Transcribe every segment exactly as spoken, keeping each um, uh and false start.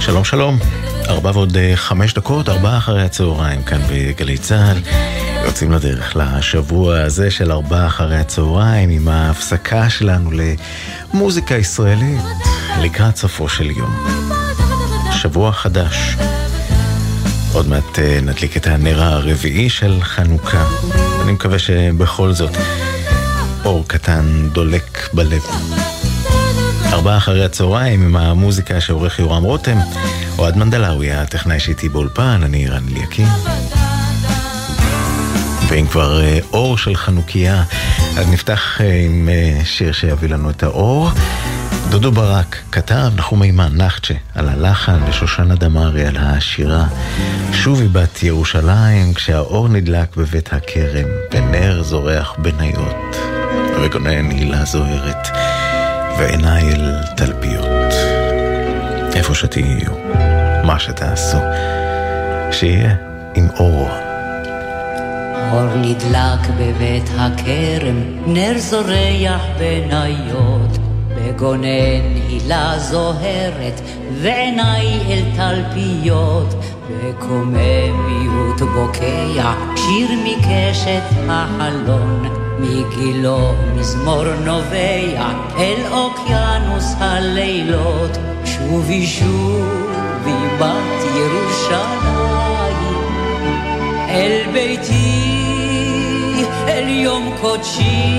שלום שלום, ארבע ועוד חמש דקות, ארבע אחרי הצהריים כאן בגלי צהל. יוצאים לדרך לשבוע הזה של ארבע אחרי הצהריים עם ההפסקה שלנו למוזיקה ישראלית לקראת סופו של יום. שבוע חדש. עוד מעט נדליק את הנר הרביעי של חנוכה. אני מקווה שבכל זאת אור קטן דולק בלב. ארבע אחרי הצהריים עם המוזיקה שעורך יורם רותם, אוהד מנדלאוי, הטכנאי שאיתי באולפן, אני רן אליקים. ואם כבר אור של חנוכיה, אז נפתח עם שיר שיביא לנו את האור. דודו ברק כתב, נחום מימן נחצ'ה על הלחן, ושושנה דמארי על השירה. שובי בת ירושלים כשהאור נדלק בבית הכרם, ונר זורח בניות, וגונן הילה זוהרת, ועיניי אל תלפיות. איפה שתהיו, מה שתעשו, שיהיה עם אור. אור נדלק בבית הכרם, נר זורח בניות, בגונן הילה זוהרת, ועיניי אל תלפיות, בקוממיות בוקע שיר מקשת החלון, מגילו מזמור נובע אל אוקיינוס הלילות. שובי שובי בת ירושלים אל ביתי, אל יום קודשי,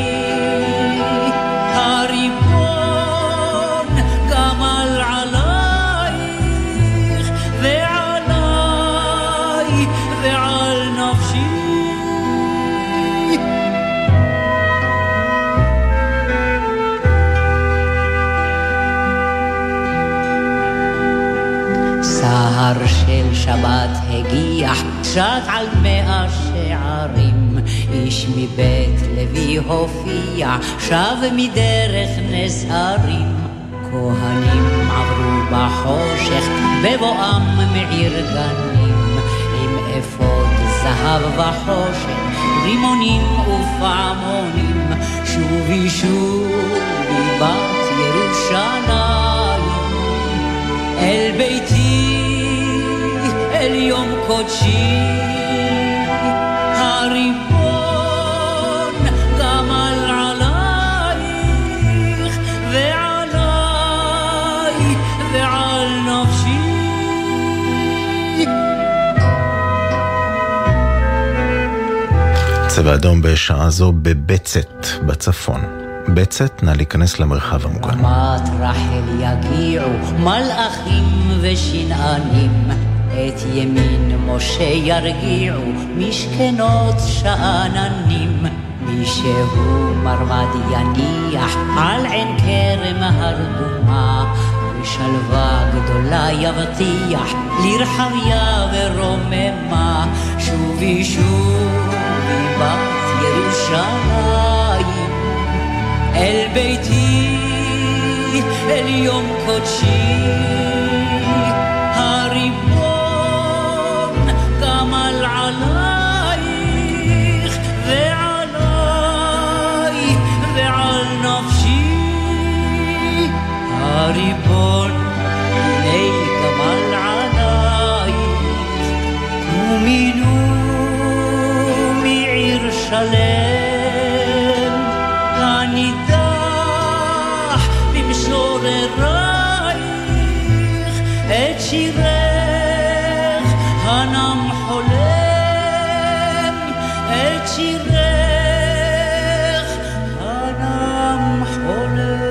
הריבון גמל עלייך ועליי ועל נפשי. סהר של שבת הגיח, שט על מאה שערים, איש מבית לוי הופיע, שב מדרך נסערים. כהנים עברו בחושך, בבואם מעיר גנים, עם אפוד זהב וחושך, רימונים ופעמונים. שובי שובי בת ירושלים אל ביתי, אל יום קודשי, הריבון גמל עלייך ועליי ועל נפשי. צבע אדום בשעה זו בבצת בצפון. בצת, נא להיכנס למרחב המוגן. מת רחל יגיעו מלאכים ושנענים, את ימין משה ירגיעו משכנות שאננים. מי שהוא מרמד יניח על עין כרם הרדומה, ושלווה גדולה יבטיח לרחביה ורוממה. שובי שובי בת ירושלים אל ביתי, אל יום קודשי, הריבון גמל עלייך ועליי ועל נפשי. הריבון הנה גמל עלייך, ומינו מעיר שלם הנידח במשוררייך, את שירך הנם חולם, את שירך הנם חולם.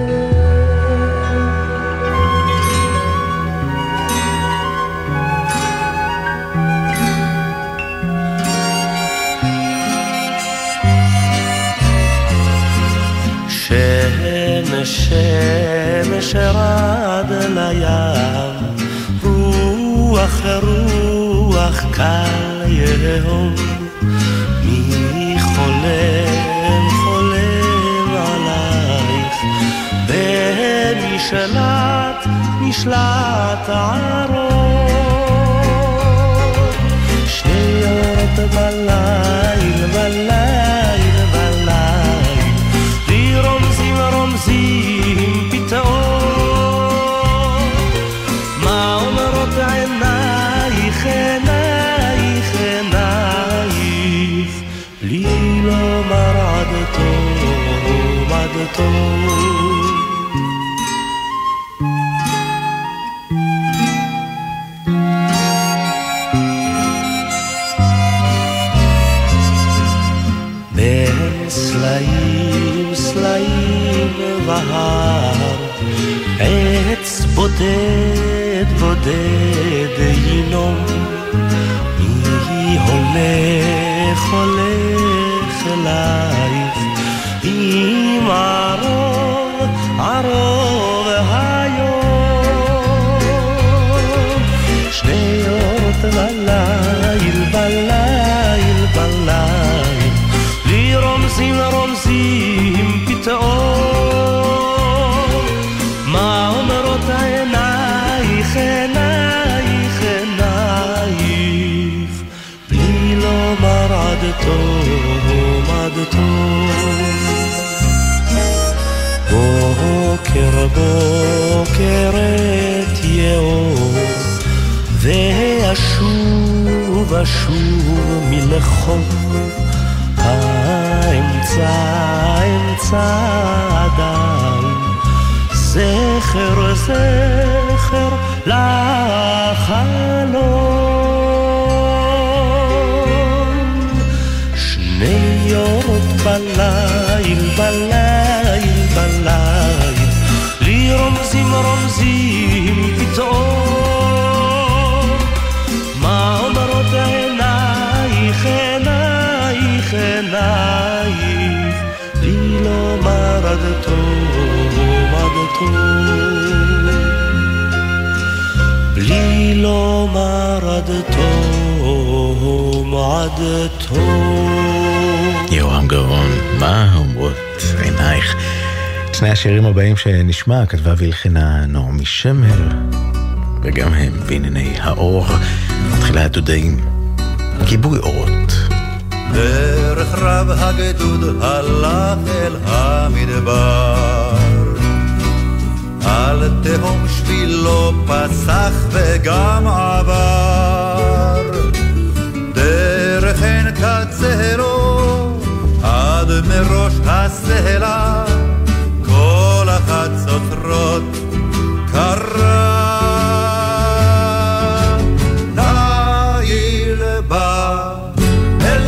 שמש רד לים, רוח רוח קל יהום, מי חולם חולם עלייך, במשלט משלט ערום, שניות בליל בליל בליל, ורומזים רומזים פתאום, מה טוב. בין סלעים סלעים והר, עץ בודד בודד ינום, מי הולך הולך אלייך עם ערוב ערוב היום, שני אורות בליל בליל בליל, לי רומזים רומזים פתאום, מה אומרות עינייך עינייך עינייך, בלי לומר עד תום עד תום. בוקר בוקר יאור, ואשוב אשוב מלחום, האמצע האמצע עדיין, זכר זכר לחלום. שני אורות בליל בליל בליל, לי רומזים רומזים פתאום, מה אומרות עינייך עינייך עינייך, לי לומר עד תום עד תום, בלי לומר עד תום עד תום. יורם גאון, מה אומרות עינייך? את שני השירים הבאים שנשמע כתבה והלחינה נעמי שמר, וגם הם בענייני האור. תחילה הדודאים, כיבוי אורות. דרך רב הגדוד הלך אל המדבר, על תהום שבילו פסח וגם עבר, דרך אין קצרו עד מראש הסלע, כל החצוצרות קרה. ליל בא אל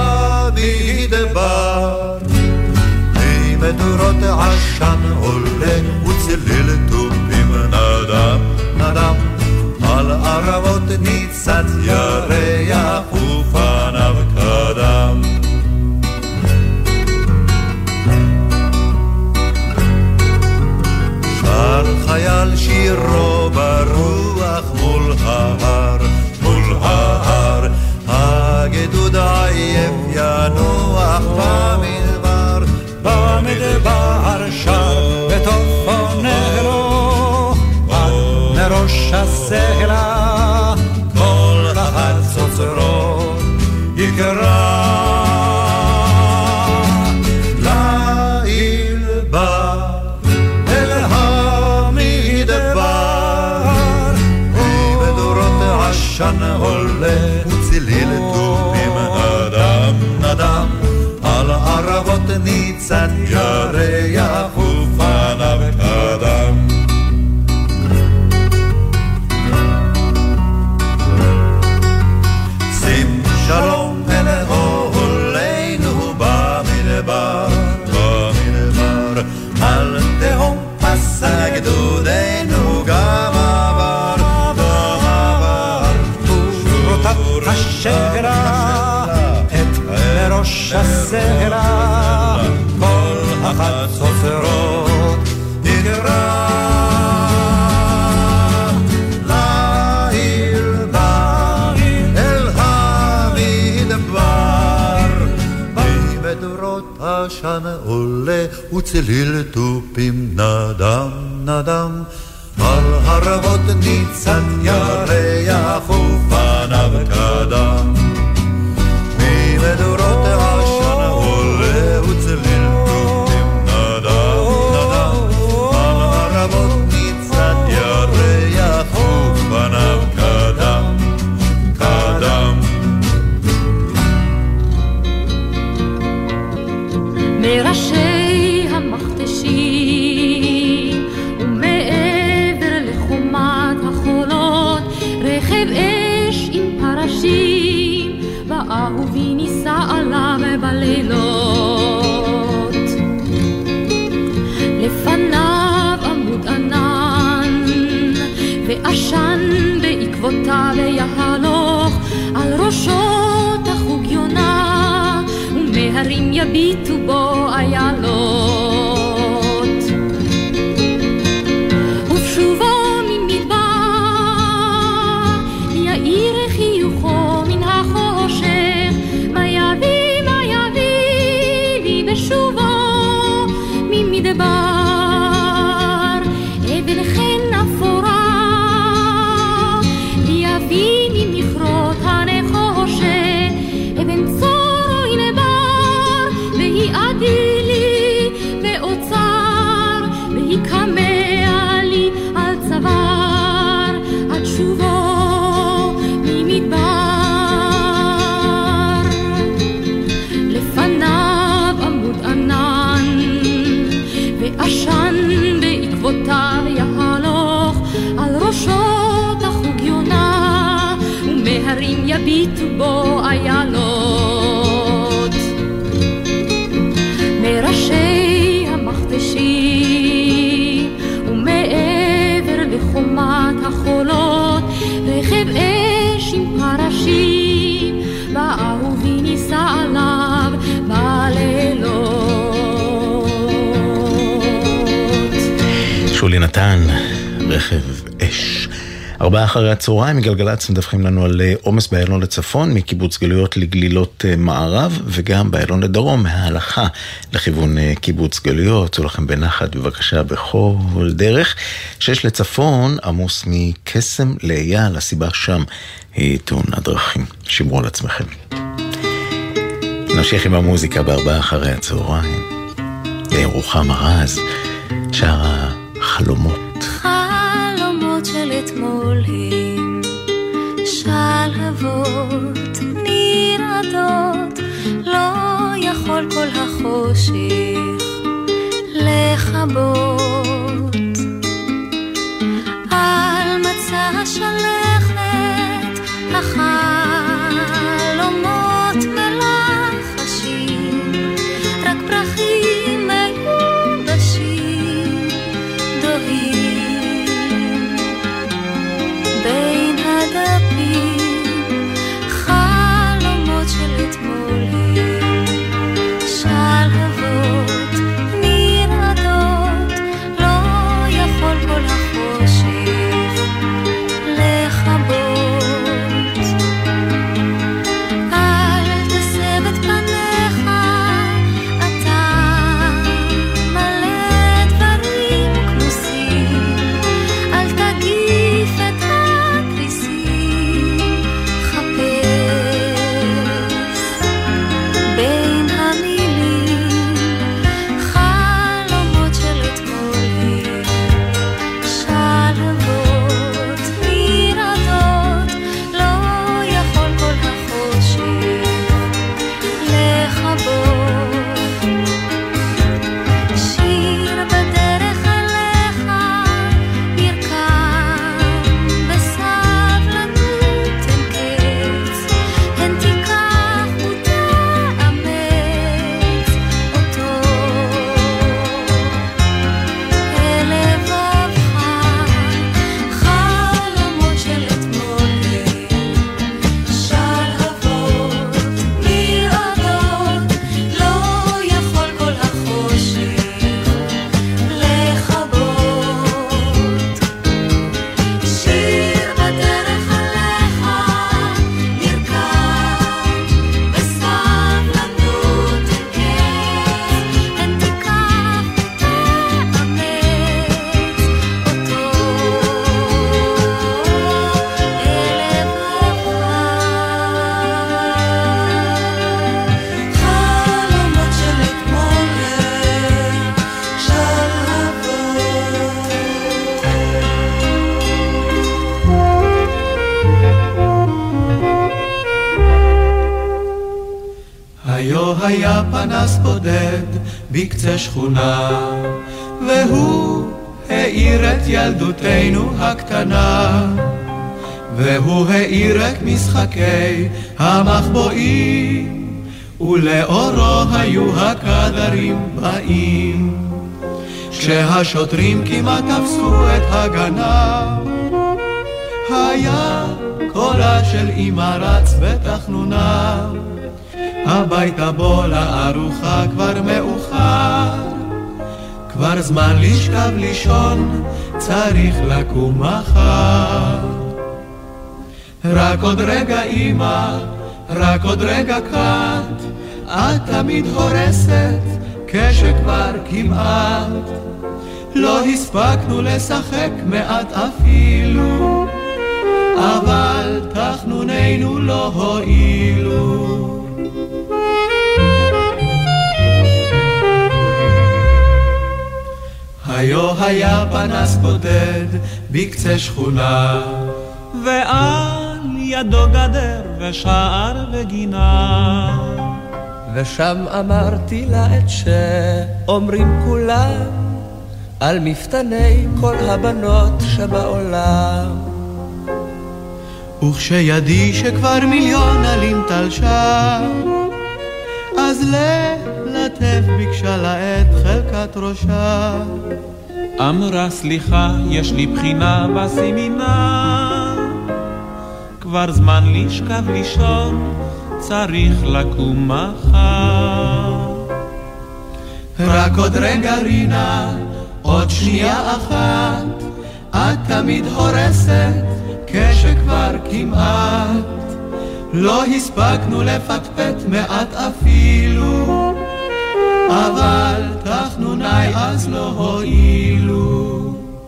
המדבר, ממדורות עשן עולה וצליל תופים נדם נדם, על ערבות ניצת ירח ופניו קדם. שר חייל שירו ברוח מול ההר מול ההר, הגדוד עייף ינוח במדבר במדבר, שם בתופונה לו עד מראש הסלע, כל החצוצרות יקרא. ליל בא אל המדבר, ממדורות עשן עולה וצליל תופים נדם נדם, על ערבות ניצת ירח ופניו קדם. שים שלום אל אוהלינו במדבר במדבר, על תהום פסע גדודנו גם עבר גם עבר, שורות השגרה את מראש הסלע, כל החצוצרות יקרא. ליל בא אל המדבר, ממדורות עשן עולה וצליל תופים נדם נדם, על הרבות ניצת ירח ופניו קדם. ממדורות עשן עולה וצליל תופים נדם נדם, על הרבות ניצת ירח ופניו קדם קדם. מראשי המכתש בלילות. לפניו עמוד ענן ועשן בעקבותיו יהלוך, על ראשו תחוג יונה ומהרים יביטו בו איילות. ובשובו ממדבר יאיר חיוכו מן החושך, מה יביא מה יביא לי בשובו ממדבר, אבן חן אפורה יביא ממכרות הנחושת, אבן צור הנה בר והיא עדילי ואוצר, והיא קמע לי על צוואר עד שובו ממדבר. לפניו עמוד ענן ועשן בעקבותיו יהלוך, על ראשו תחוג יונה ומהרים יביטו בו איילות. מראשי המכתשים ומעבר לחומת החולות, רכב אש עם פרשים באהובי ניסה עליו בלילות. שולי נתן, רכב אש. ארבעה אחרי הצהריים מגלגלצ מדווחים לנו על עומס באיילון לצפון, מקיבוץ גלויות לגלילות מערב, וגם באיילון לדרום, מההלכה לכיוון קיבוץ גלויות. צאו לכם בנחת בבקשה בכל דרך. שש לצפון, עמוס מקסם לאייל, הסיבה שם היא תאונת דרכים. שמרו על עצמכם. נמשיך עם המוזיקה בארבעה אחרי הצהריים. רוחמה רז, שר החלומות. חלומות של אתמול הם שלהבות נרעדות, לא יכול כל החושך לכבות. על מצע שלכת החלומות מלחשים, רק פרחים מיובשים דוהים בין הדפים. חלומות של אתמול הם שלהבות נרעדות, לא יכול כל החושך לכבות. אל תסב את פניך, אתה מלא דברים כמוסים, אל תגיף את התריסים, חפש בין המילים. חלומות של אתמול הם שלהבות נרעדות, לא יכול כל החושך לכבות. שיר בדרך אליך ירקם בסבלנות אין קץ, הן תיקח ותאמץ אותו אל לבבך. חלומות של אתמול הם שלהבות נרעדות, לא יכול כל החושך לכבות. שיר בדרך אליך ירקם בסבלנות אין קץ, הן תיקח ותאמץ אותו אל לבבך. חלומות של אתמול הם שלהבות. היו היה פנס בודד בקצה שכונה, והוא האיר את ילדותנו הקטנה, והוא האיר את משחקי המחבואים ולאורו היו הקדרים באים. כשהשוטרים כמעט תפסו את הגנב, היה קולה של אמא רץ בתחנונה, הביתה בוא לארוחה כבר מאוחר, כבר זמן לשכב לישון, צריך לקום מחר. רק עוד רגע אמא, רק עוד רגע קט, את תמיד הורסת כשכבר כמעט לא הספקנו לשחק מעט אפילו, אבל תחנוננו לא הועילו. היו היה פנס בודד בקצה שכונה, ועל ידו גדר ושער וגינה, ושם אמרתי לה את שאומרים כולם על מפתני כל הבנות שבעולם. וכשידי שכבר מיליון עלים תלשה, אז ללטף ביקשה לה את חלקת ראשה. אמרה סליחה, יש לי בחינה בסמינר, כבר זמן לשכב לישון, צריך לקום מחר. רק עוד רגע רינה, עוד שנייה אחת, את תמיד הורסת כשכבר כמעט לא הספקנו לפטפט מעט אפילו, אבל תחנוני אז לא הועילו.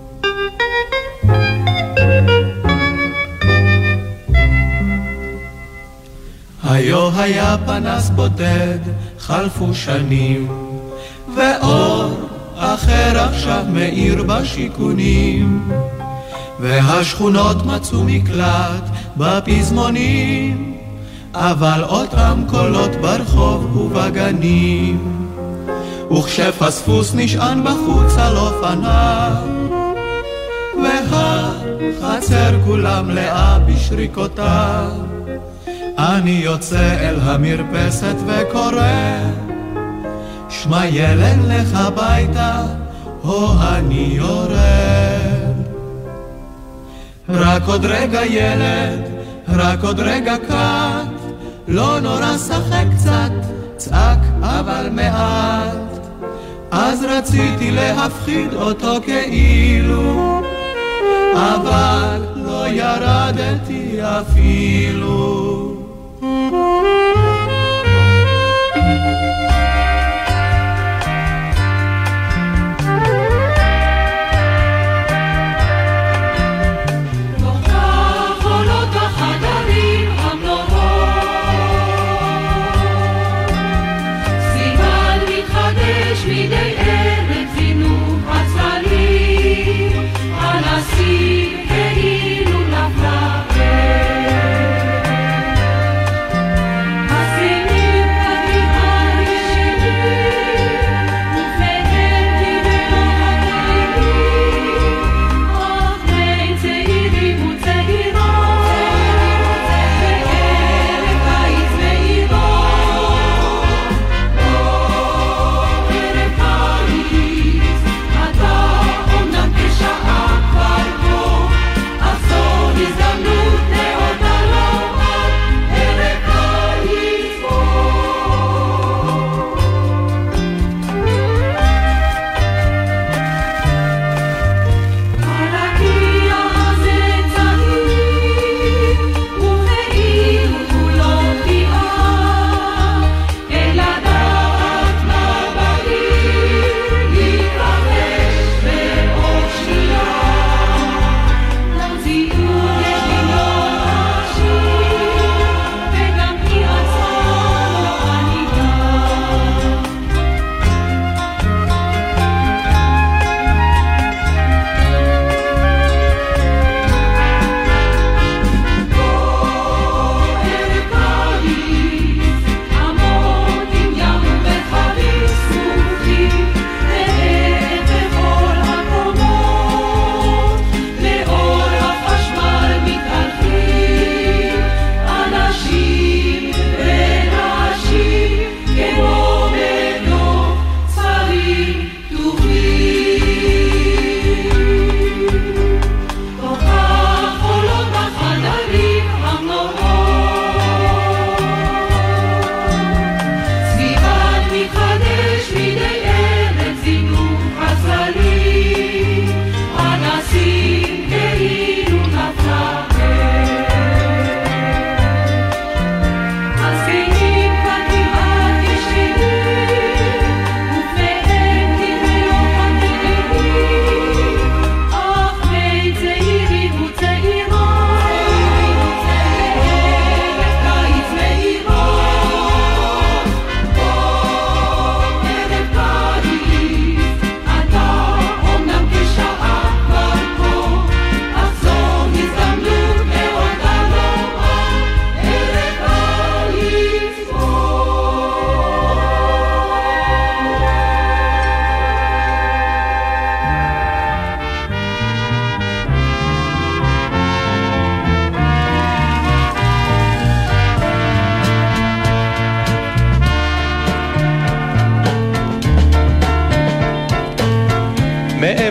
היו היה פנס בודד, חלפו שנים, ואור אחר עכשיו מאיר בשיכונים, והשכונות מצאו מקלט בפזמונים, אבל אותם קולות ברחוב ובגנים. וכשפספוס נשען בחוץ על אופניו, והחצר כולם לאה בשריקותיו, אני יוצא אל המרפסת וקורא, שמע ילד לך הביתה, או אני יורד. רק עוד רגע ילד, רק עוד רגע קט, לא נורא שחק קצת, צעק אבל מעט. אז רציתי להפחיד אותו כאילו, אבל לא ירדתי אפילו.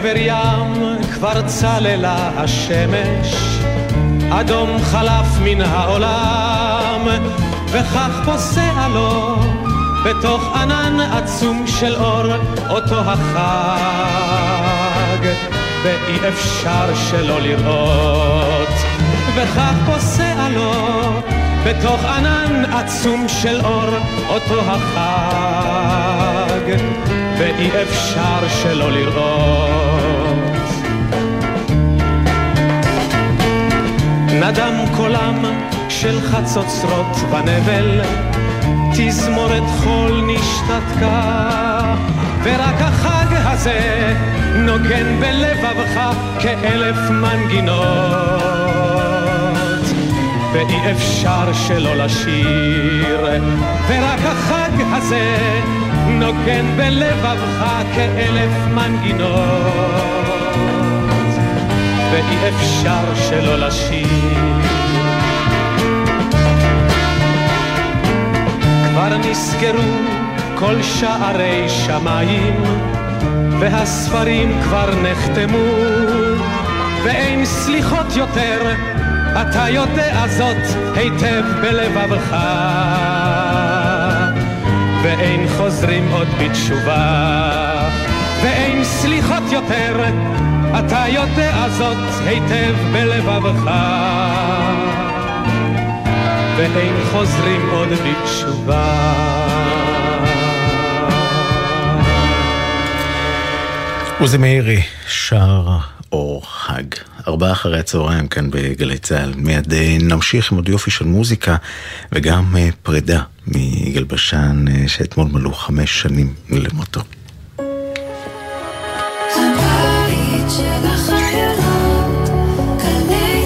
לעבר ים כבר צללה השמש, אדום חלף מן העולם, וכך פוסע לו בתוך ענן עצום של אור אותו החג, ואי אפשר שלא לראות, וכך פוסע לו בתוך ענן עצום של אור אותו החג, ואי אפשר שלא לראות. נדם קולם של חצוצרות בנבל, תזמורת חול נשתתקה, ורק החג הזה נוגן בלבבך כאלף מנגינות, ואי אפשר שלא לשיר, ורק החג הזה נוגן בלבבך כאלף מנגינות, ואי אפשר שלא לשיר. כבר נסגרו כל שערי שמיים, והספרים כבר נחתמו, ואין סליחות יותר, אתה יודע זאת היטב בלבבך, ואין חוזרים עוד בתשובה, ואין סליחות יותר, אתה יודע זאת היטב בלבבך, ואין חוזרים עוד בתשובה. עוזי מאירי שר אור חג, ארבעה אחרי הצהריים כאן בגלי צהל. מיד נמשיך עם עוד יופי של מוזיקה וגם פרידה מיגאל בשן שאתמול מלאו חמש שנים למותו. הבית של החיילות, גלי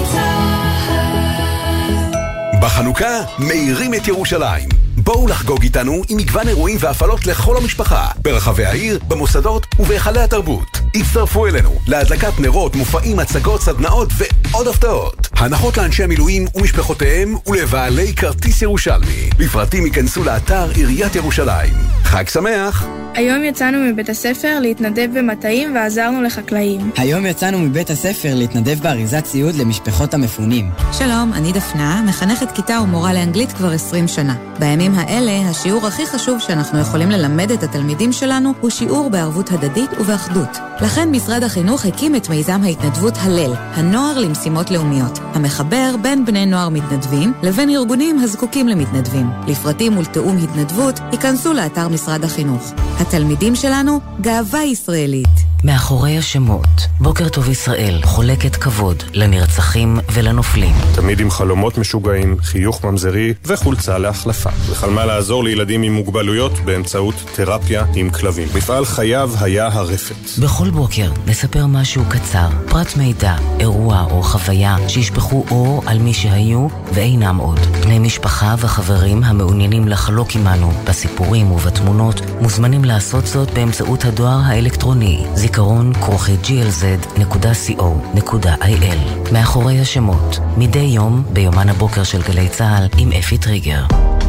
צהל. בחנוכה מאירים את ירושלים. בואו לחגוג איתנו עם מגוון אירועים והפעלות לכל המשפחה, ברחבי העיר, במוסדות ובהיכלי התרבות. הצטרפו אלינו להדלקת נרות, מופעים, הצגות, סדנאות ועוד הפתעות. הנחות לאנשי המילואים ומשפחותיהם ולבעלי כרטיס ירושלמי. לפרטים ייכנסו לאתר עיריית ירושלים. חג שמח! היום יצאנו מבית הספר להתנדב במטעים ועזרנו לחקלאים. היום יצאנו מבית הספר להתנדב באריזת ציוד למשפחות המפונים. שלום, אני דפנה, מחנכת כיתה ומורה לאנגלית כבר עשרים שנה. בימים האלה, השיעור הכי חשוב שאנחנו יכולים ללמד את התלמידים שלנו הוא שיעור בערבות הדדית ובאחדות. לכן משרד החינוך הקים את מיזם ההתנדבות הלל, הנוער למשימות לאומיות, המחבר בין בני נוער מתנדבים לבין ארגונים הזקוקים למתנדבים. לפרטים ולתאום התנדבות, ייכנסו לאתר משרד החינוך. התלמידים שלנו גאווה ישראלית. מאחורי השמות, בוקר טוב ישראל חולקת כבוד לנרצחים ולנופלים. תמיד עם חלומות משוגעים, חיוך ממזרי וחולצה להחלפה. וחלמה לעזור לילדים עם מוגבלויות באמצעות תרפיה עם כלבים. מפעל חייו היה הרפת. בכל בוקר נספר משהו קצר, פרט מידע, אירוע או חוויה שישפכו אור על מי שהיו ואינם עוד. בני משפחה וחברים המעוניינים לחלוק עמנו בסיפורים ובתמונות מוזמנים לעשות זאת באמצעות הדואר האלקטרוני זיכרון כרוכי ג'י אל זד נקודה סי או נקודה איי אל. מאחורי השמות, מדי יום ביומן הבוקר של גלי צהל עם אפי טריגר.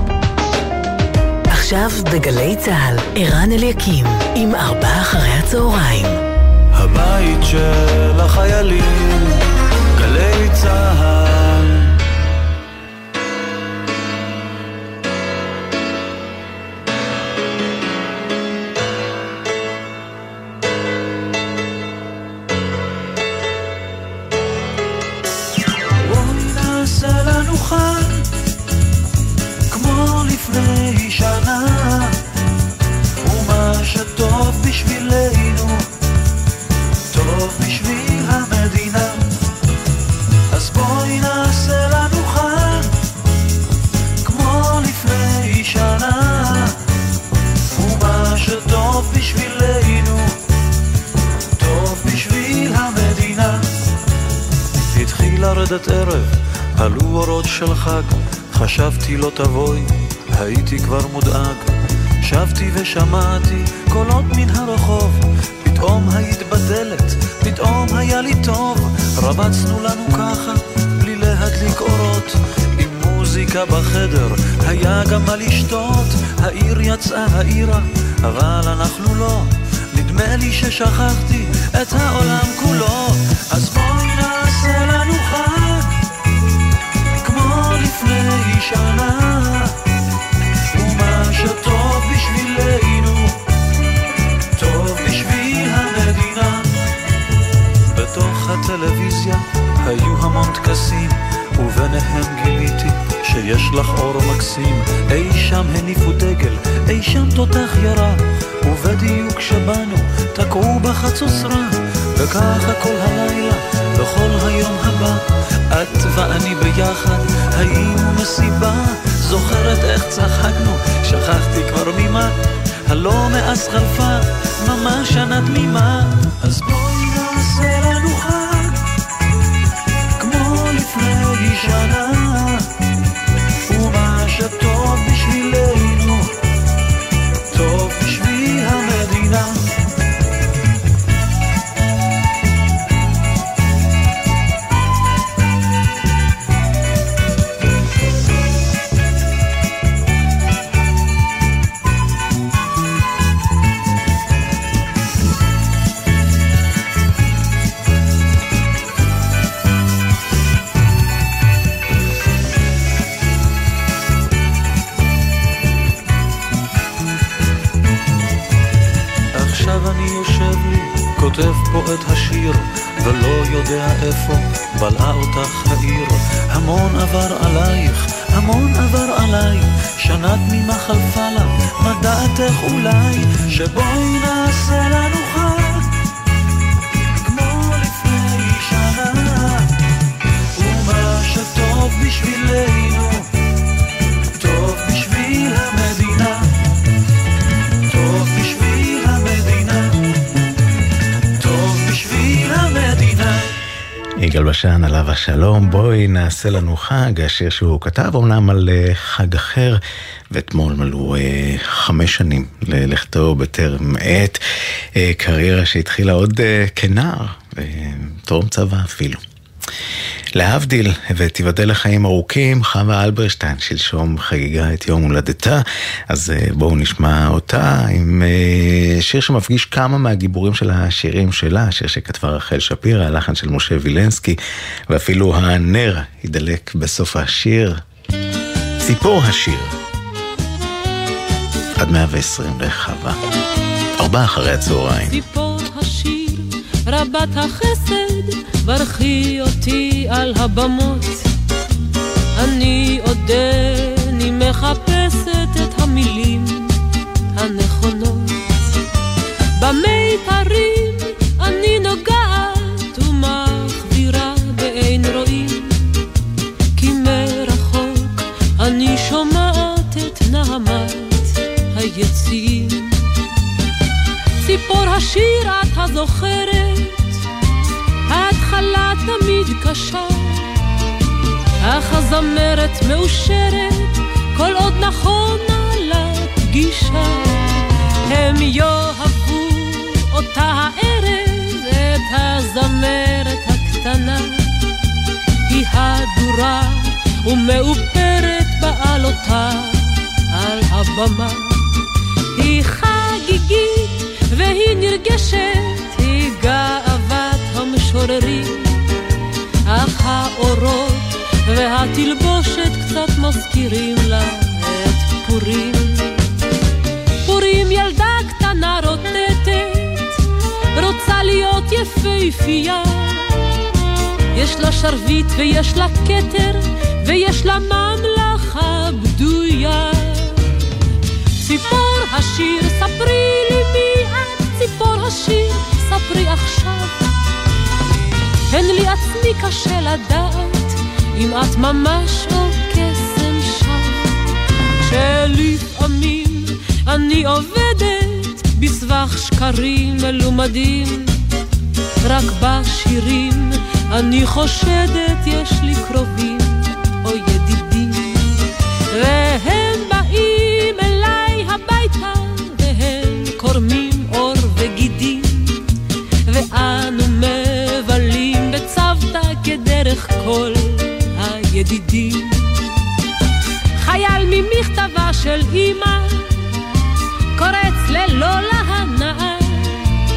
עכשיו בגלי צהל, ערן אליקים עם ארבעה אחרי הצהריים. הבית של החיילים, גלי צהל. כמו לפני שנה, ומה שטוב בשבילנו טוב בשביל המדינה, אז בואי נעשה לנו חג כמו לפני שנה, ומה שטוב בשבילנו טוב בשביל המדינה. התחיל לרדת ערב, עלו אורות של חג, חשבתי לא תבואי, הייתי כבר מודאג. שבתי ושמעתי קולות מן הרחוב, פתאום היית בדלת, פתאום היה לי טוב. רבצנו לנו ככה, בלי להדליק אורות, עם מוזיקה בחדר, היה גם מה לשתות. העיר יצאה העירה, אבל אנחנו לא. נדמה נדמה לי ששכחתי את העולם כולו, אז בואי נעשה לנו חג כמו לפני שנה, ומה שטוב בשבילנו טוב בשביל המדינה. בתוך הטלוויזיה היו המון תקסים, וביניהם גיליתי שיש לך אור מקסים. אי שם הניפו דגל, אי שם תותח ירה, ובדיוק שבאנו תקעו בחצוצרה, וככה כל הלילה וכל היום הבא את ואני ביחד היינו מסיבה. זוכרת איך צחקנו, שכחתי כבר ממה, הלא מאז חלפה ממש שנה תמימה. אז בואי נעשה לנו חג כמו לפני שנה, ומה שטוב בשבילנו טוב בשביל המדינה. כותב פה את השיר ולא יודע איפה בלעה אותך העיר. המון עבר עלייך, המון עבר עליי, שנה תמימה חלפה לה, מה דעתך אולי שבואי נעשה לנו חג כמו לפני שנה, ומה שטוב בשבילנו טוב בשביל המדינה, טוב בשביל המדינה, יגאל בשן עליו השלום. בואי נעשה לנו חג, השיר שהוא כתב אומנם על חג אחר, ואתמול מלאו אה, חמש שנים ללכתו בטרם עת, אה, קריירה שהתחילה עוד אה, כנער, אה, טרום צבא אפילו. להבדיל ותיבדל לחיים ארוכים, חווה אלברשטיין שלשום חגיגה את יום הולדתה, אז בואו נשמע אותה עם שיר שמפגיש כמה מהגיבורים של השירים שלה, שיר שכתבה רחל שפירא, הלחן של משה וילנסקי, ואפילו הנר ידלק בסוף השיר. ציפור השיר עד מאה ועשרים לחווה, ארבע אחרי הצהריים. ציפור השיר רבת החסד, ברכי אותי על הבמות, אני עודני מחפשת את המילים הנכונות, במיתרים אני נוגעת ומחבירה באין רואים, כי מרחוק אני שומעת את נעמת היציאים. ציפור השיר את הזוכרת, ההתחלה תמיד קשה, אך הזמרת מאושרת כל עוד נכונה לפגישה. הם יאהבו אותה הערב את הזמרת הקטנה, היא הדורה ומאופרת בעלותה על הבמה, היא חגיגית והיא נרגשת, היא גאוות המשוררים, אך האורות והתלבושת קצת מזכירים לה את פורים. פורים ילדה קטנה רוטטת, רוצה להיות יפהפייה, יש לה שרביט ויש לה כתר ויש לה ממלכה בדויה. ציפור השיר ספרי לי מי את, ציפור השיר ספרי עכשיו, אין לי עצמי קשה לדעת אם את ממש או קסם שם, שלפעמים אני עובדת בסבך שקרים מלומדים, רק בשירים אני חושדת יש לי קרובים או ידידים, והם באים אליי הביתה והם קורמים אור וגידים, ואנו מבלים בצוותא כדרך כל הידידים. חייל ממכתבה של אמא קורץ ללא להנאה,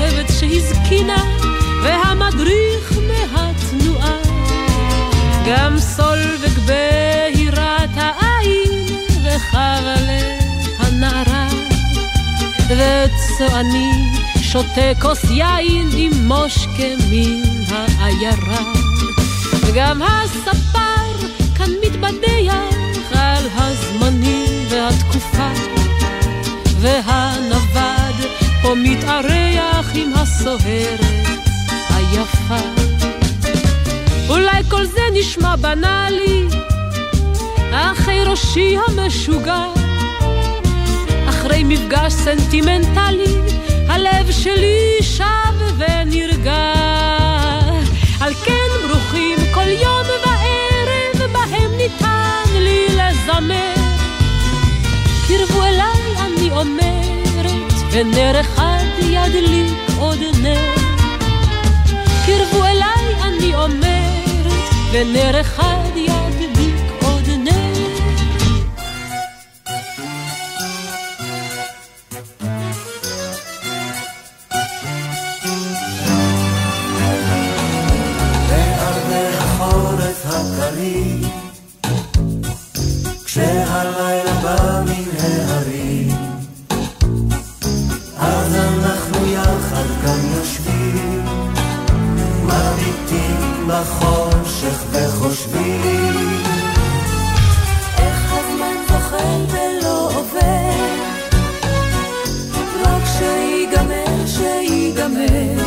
הרוכבת שהזקינה והמדריך מהתנועה, גם סולבק בהירת העין וחבלה הנערה, וצועני שותה כוס יין עם מושקה מן העיירה, וגם הספר כאן מתבדח על הזמנים והתקופה, והנווד פה מתארח עם הסוהרת היפה. אולי כל זה נשמע בנאלי, אחרי ראשי המשוגע, אחרי מפגש סנטימנטלי, הלב שלי שב ונרגע. על כן ברוכים כל יום וערב בהם ניתן לי לזמר, קרבו אליי אני אומרת, ונר אחד ידליק עוד נר. קרבו אליי אני אומרת, ונר אחד ידליק עוד נר. בערבי החורף הקרים, כשהלילה בא מן ההרים, אז אנחנו יחד כאן יושבים, מביטים בחושך וחושבים איך הזמן זוחל ולא עובר, רק שיגמר, שיגמר.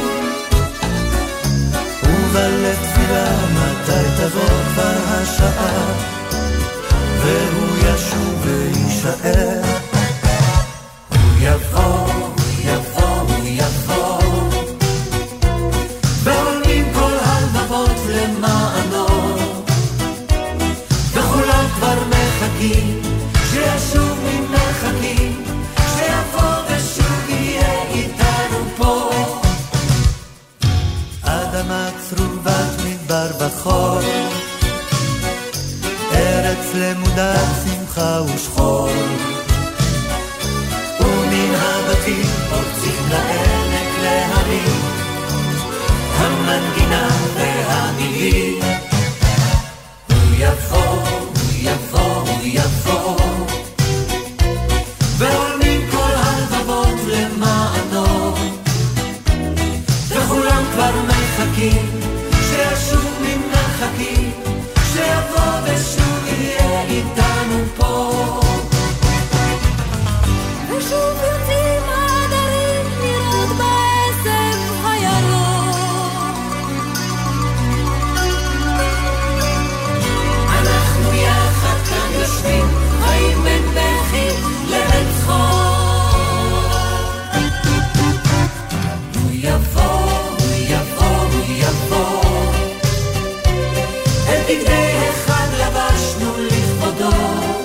ובלב תפילה מתי תבוא כבר השעה, והוא ישוב וישאר. הוא יבוא, הוא יבוא, הוא יבוא, ועולים כל הלבבות למענו, וכולם כבר מחכים שישוב ממרחקים, שיבוא ושוב יהיה איתנו פה. אדמה צרובת מדבר בחור, ארץ למודת שמחה ושחור, ומן הבתים פורצים לעמק להרים, המנגינה והמילים. הוא יבוא, הוא יבוא, הוא יבוא, ועולים כל הלבבות למענו, וכולם כבר מחכים שישוב ממרחקים, שיבוא ושוב יהיה איתנו פה. ושוב יוצאים העדרים לראות בעצם חיילות, אנחנו יחד כאן יושבים, חיים בין בכי לבין צחוק. הוא יבוא, הוא יבוא, הוא יבוא, אל בגדי אחד לבשנו לכבודו,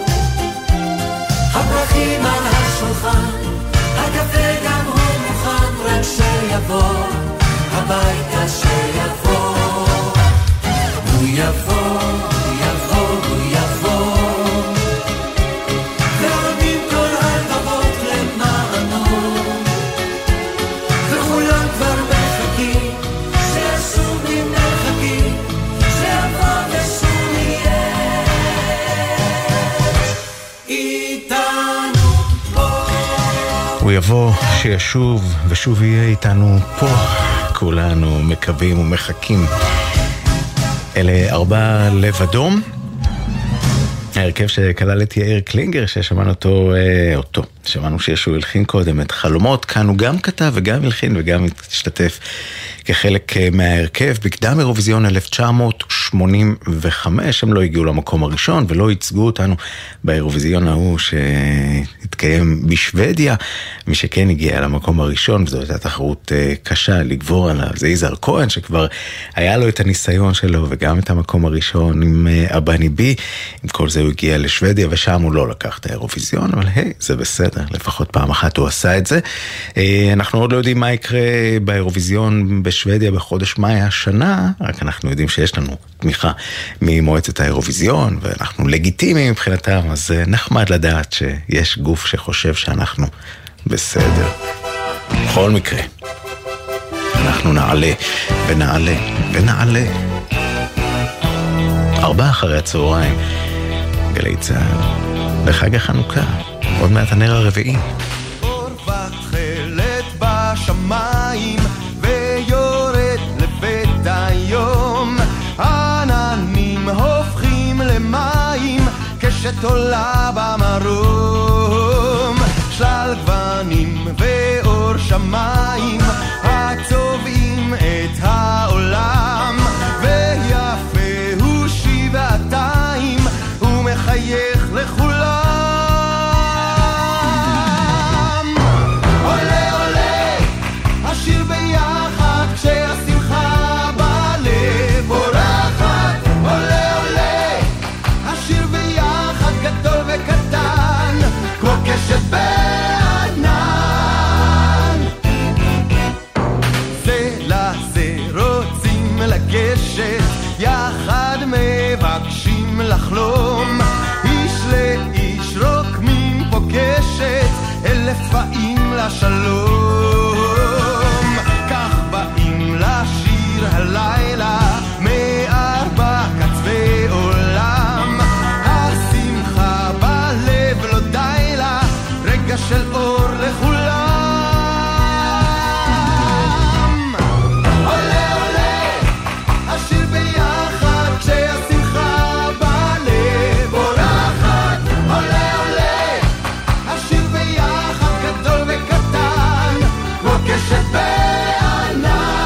הפרחים על השולחן, הקפה גם הוא מוכן, רק שיבוא הביתה, שיבוא. הוא יבוא, הוא יבוא, הוא יבוא, ועונים כל הלבבות למענו, וכולם כבר מחכים שישוב ממרחקים, שיבוא ושוב יהיה איתנו פה. הוא יבוא, שישוב ושוב יהיה איתנו פה, כולנו מקווים ומחכים. אלה ארבע לב אדום, ההרכב שכלל את יאיר קלינגר, ששמענו אותו, אותו, שמענו שישו הלחין קודם את חלומות, כאן הוא גם כתב וגם הלחין וגם השתתף כחלק מההרכב. בקדם אירוויזיון אלף תשע מאות שמונים וחמש, הם לא הגיעו למקום הראשון ולא ייצגו אותנו באירוויזיון ההוא שהתקיים בשוודיה. מי שכן הגיע למקום הראשון, וזו הייתה תחרות קשה לגבור עליו, זה יזהר כהן, שכבר היה לו את הניסיון שלו וגם את המקום הראשון עם אבני בי. עם כל זה הוא הגיע לשוודיה ושם הוא לא לקח את האירוויזיון, אבל היי, זה בסדר, לפחות פעם אחת הוא עשה את זה. אנחנו עוד לא יודעים מה יקרה באירוויזיון בשוודיה בחודש מאי השנה, רק אנחנו יודעים שיש לנו תמיכה ממועצת האירוויזיון, ואנחנו לגיטימיים מבחינתם, אז נחמד לדעת שיש גוף שחושב שאנחנו בסדר. בכל מקרה, אנחנו נעלה ונעלה ונעלה. ארבע אחרי הצהריים, גלי צהל, בחג החנוכה, עוד מעט הנר הרביעי. אור ותכלת בשמיים ויורד לבית היום, עננים הופכים למים כשתולה במרום, שלל גוונים ואור שמיים הצובעים את העולם, ויפה הוא שבעתיים ומחייך לכולם. עולה עולה השיר ביחד כשהשמחה בלב פורחת, עולה עולה השיר ביחד גדול וקטן כמו קשת בענן, זה לזה רוצים לגשת יחד מבקשים לחלום, איש לאיש רוקמים פוגשת אלף טפאים לשלום, כך באים לשיר הלילה מארבע קצווי עולם, השמחה בלב לא די לה, רגע של אור לכולם. עולה עולה השיר ביחד כשהשמחה בלב פורחת, עולה עולה השיר ביחד גדול וקטן כמו קשת בענן,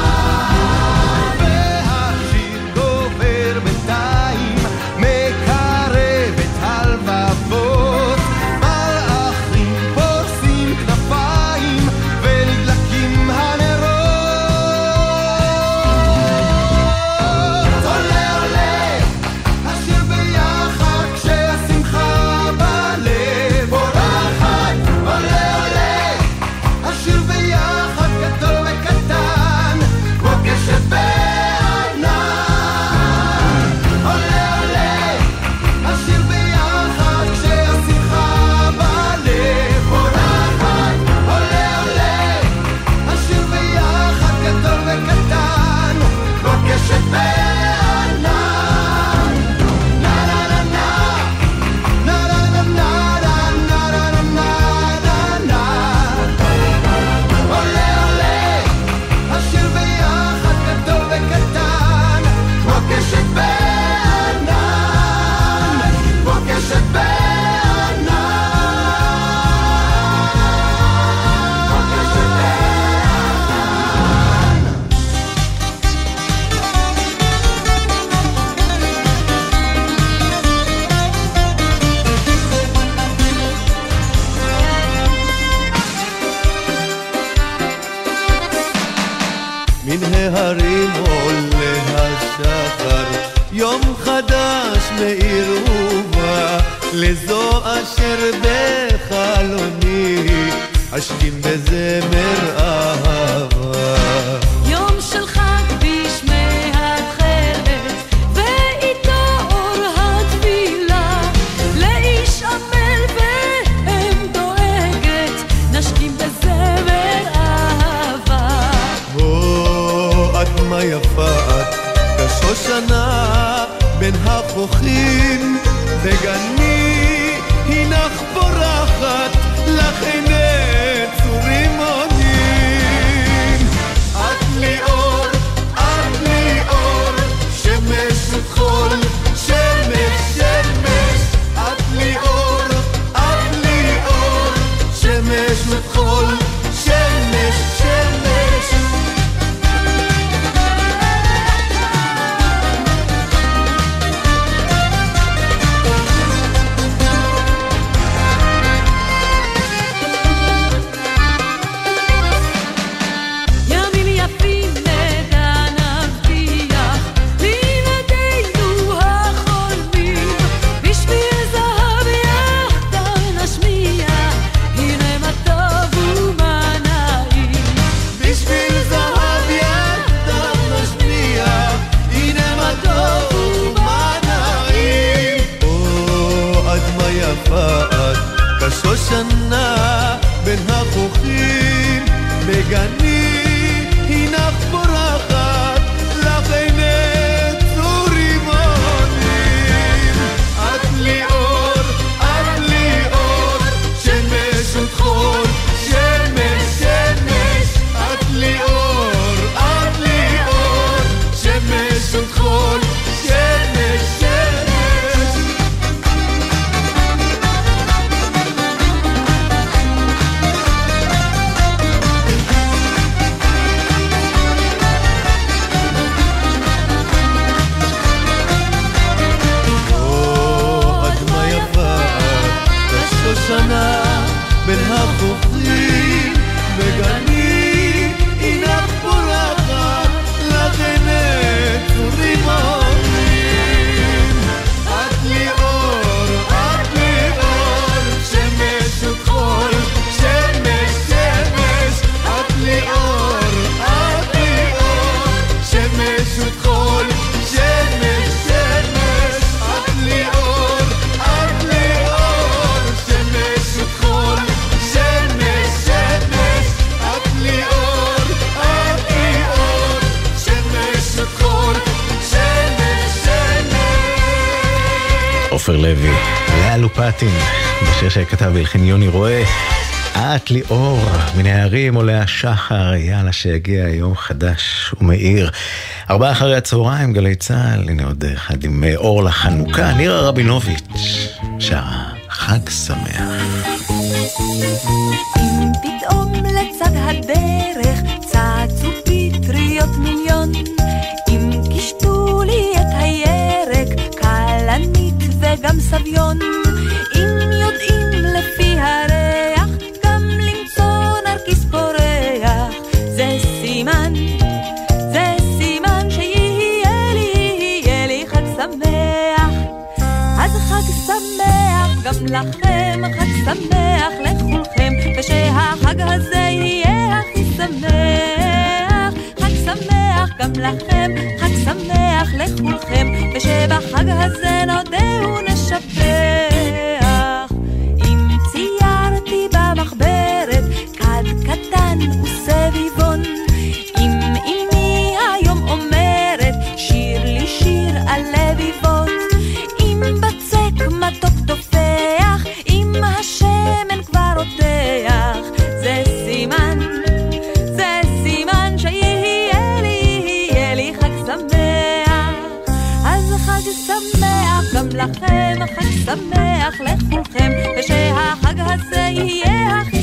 והשיר גובר בינתיים מקרב את הלבבות, מלאכים פורסים כנפיים ונדלקים הנרות. עולה עולה השיר ביחד כשהשמחה בלב פורחת, עולה עולה השיר ביחד גדול וקטן כמו קשת בענן, עולה עולה השיר ביחד כשהשמחה בלב פורחת, עולה עולה השיר ביחד גדול וקטן כמו קשת בענן. נה נה נה נה נה נה נה נה נה נה, עולה עולה השיר ביחד גדול וקטן כמו קשת בענן, כמו קשת בענן, כמו קשת מן ההרים עולה השחר, יום חדש מאיר ובא, לזו אשר בחלוני אשכים בזמר אהבה. יום של חג בשמי התכלת ואיתו אור התפילה, לאיש עמל ואם דואגת נשכים בזמר אהבה. או את מה יפה את כשושנה בין החוכים, בגני הינך פורחת לך עיני צורים עונים. את לי אור, את לי אור, שמש וחול, שמש שמש. את לי אור, את לי אור, שמש וחול, שמש שמש. ימים יפים נדע נבטיח לילדינו החולמים, בשביל זהב יחדיו נשמיע הנה מה טוב ומה נעים. בשביל זהב יחדיו נשמיע הנה מה טוב ומה נעים. או עד מה יפה את כשושנה בין החוכים, בגני הינך החופים בגני אינך פורחת לכן צורים אומרים את לי אור, את לי אור שמש וכחול שמש שמש את לי אור, את לי אור שמש וכחול שמש שמש את לי אור, את לי אור שמש וכחול שמש שמש את לי אור, את לי אור שמש וכחול שמש שמש. עופר לוי, לאה לופטין, בשיר שכתב והלחין יוני רואה, את לי אור, מן הערים עולה השחר, יאללה שיגיע יום חדש ומאיר. ארבעה אחרי הצהריים, גלי צהל, הנה עוד אחד עם אור לחנוכה, נירה רבינוביץ', שרה חג שמח. אם פתאום לצד הדרך צעצו פטריות מיליון, אם קישטו לי את הירק קלנית וגם סביון, אם יודעים לפי הריח גם למצוא נרקיס פורח, זה סימן, זה סימן שיהיה לי, יהיה לי חג שמח. אז חג שמח גם לכם, חג שמח לכולכם, ושהחג הזה יהיה הכי שמח. חג שמח גם לכם, חג שמח לכולכם, ושבחג הזה נודה ונשבח. אם ציירתי במחברת כד קטן וסביבון, אם אמי היום אומרת שיר לי שיר על לביבות, אם בצק מתוק תופח, אם השמן כבר רותח, זה סימן, זה סימן שיהיה לי, יהיה לי חג שמח. אז חג שמח גם לכם, חג שמח לכולכם, ושהחג הזה יהיה הכי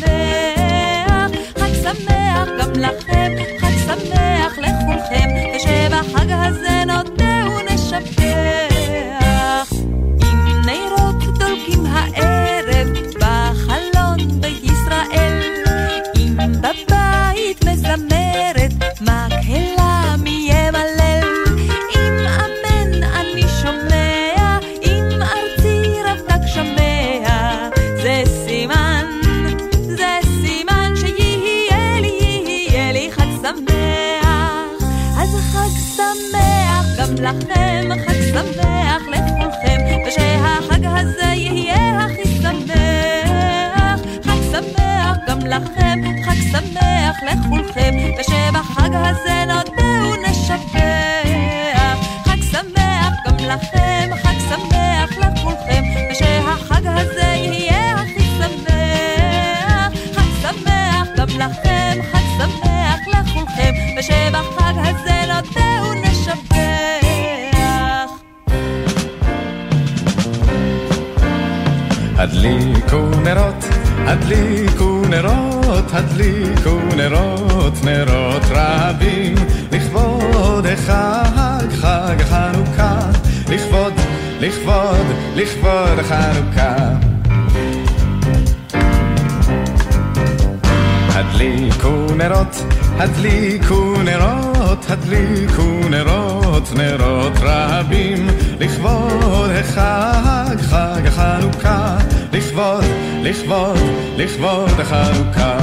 שמח. חג שמח גם לכם, חג שמח לכולכם, ושבחג הזה נודה ונשבח. עם נרות דולקים הערב בחלון בית ישראל, אם בבית מזמרת מקהלה מי ימלל, אם אמן אני שומע, אם ארצי רבק שמע, זה סימן, זה סימן שיהיה לי, יהיה לי חג שמח. אז חג שמח גם לכם, חג שמח לכולכם, ושהחג הזה יהיה הכי שמח. חג שמח גם לכם, חג שמח לכולכם, ושבחג הזה נודה ונשבח. חג שמח גם לכם, חג שמח לכולכם, ושהחג הזה יהיה הכי שמח. חג שמח גם לכם, חג שמח לכולכם, ושבחג הזה נודה ונשבח. הדליקו נרות, הדליקו נרות, הדליקו נרות, נרות רבים, לכבוד החג, חג החנוכה, לכבוד, לכבוד, לכבוד החנוכה. הדליקו נרות, הדליקו נרות, הדליקו נרות, נרות רבים, לכבוד החג, חג החנוכה, לכבוד, לכבוד, לכבוד החנוכה.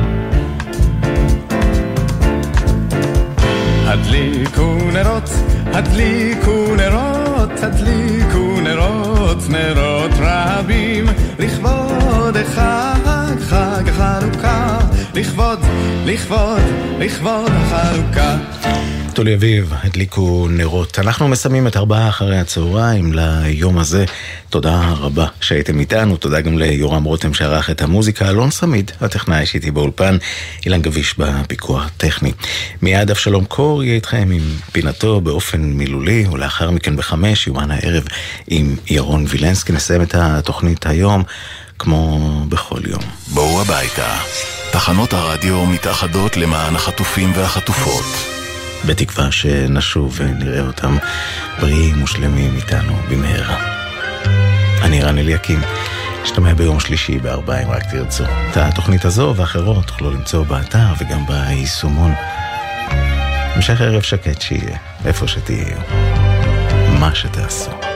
הדליקו נרות, הדליקו נרות, הדליקו נרות, נרות רבים, לכבוד החג, חג החנוכה, לכבוד, לכבוד, לכבוד החנוכה. תולי אביב, הדליקו נרות. אנחנו מסיימים את ארבעה אחרי הצהריים ליום הזה. תודה רבה שהייתם איתנו, תודה גם ליורם רותם שערך את המוזיקה, אלון סמיד, הטכנאי שאיתי באולפן, אילן גביש בפיקוח טכני. מיד אבשלום קור יהיה איתכם עם פינתו באופן מילולי, ולאחר מכן בחמש, יומן הערב עם ירון וילנסקי. נסיים את התוכנית היום כמו בכל יום. בואו הביתה. תחנות הרדיו מתאחדות למען החטופים והחטופות. בתקווה שנשוב ונראה אותם בריאים ושלמים איתנו במהרה. אני רן אליקים, נשתמע ביום שלישי בארבע אם רק תרצו. את התוכנית הזו ואחרות תוכלו למצוא באתר וגם ביישומון. המשך ערב שקט שיהיה, איפה שתהיו, מה שתעשו.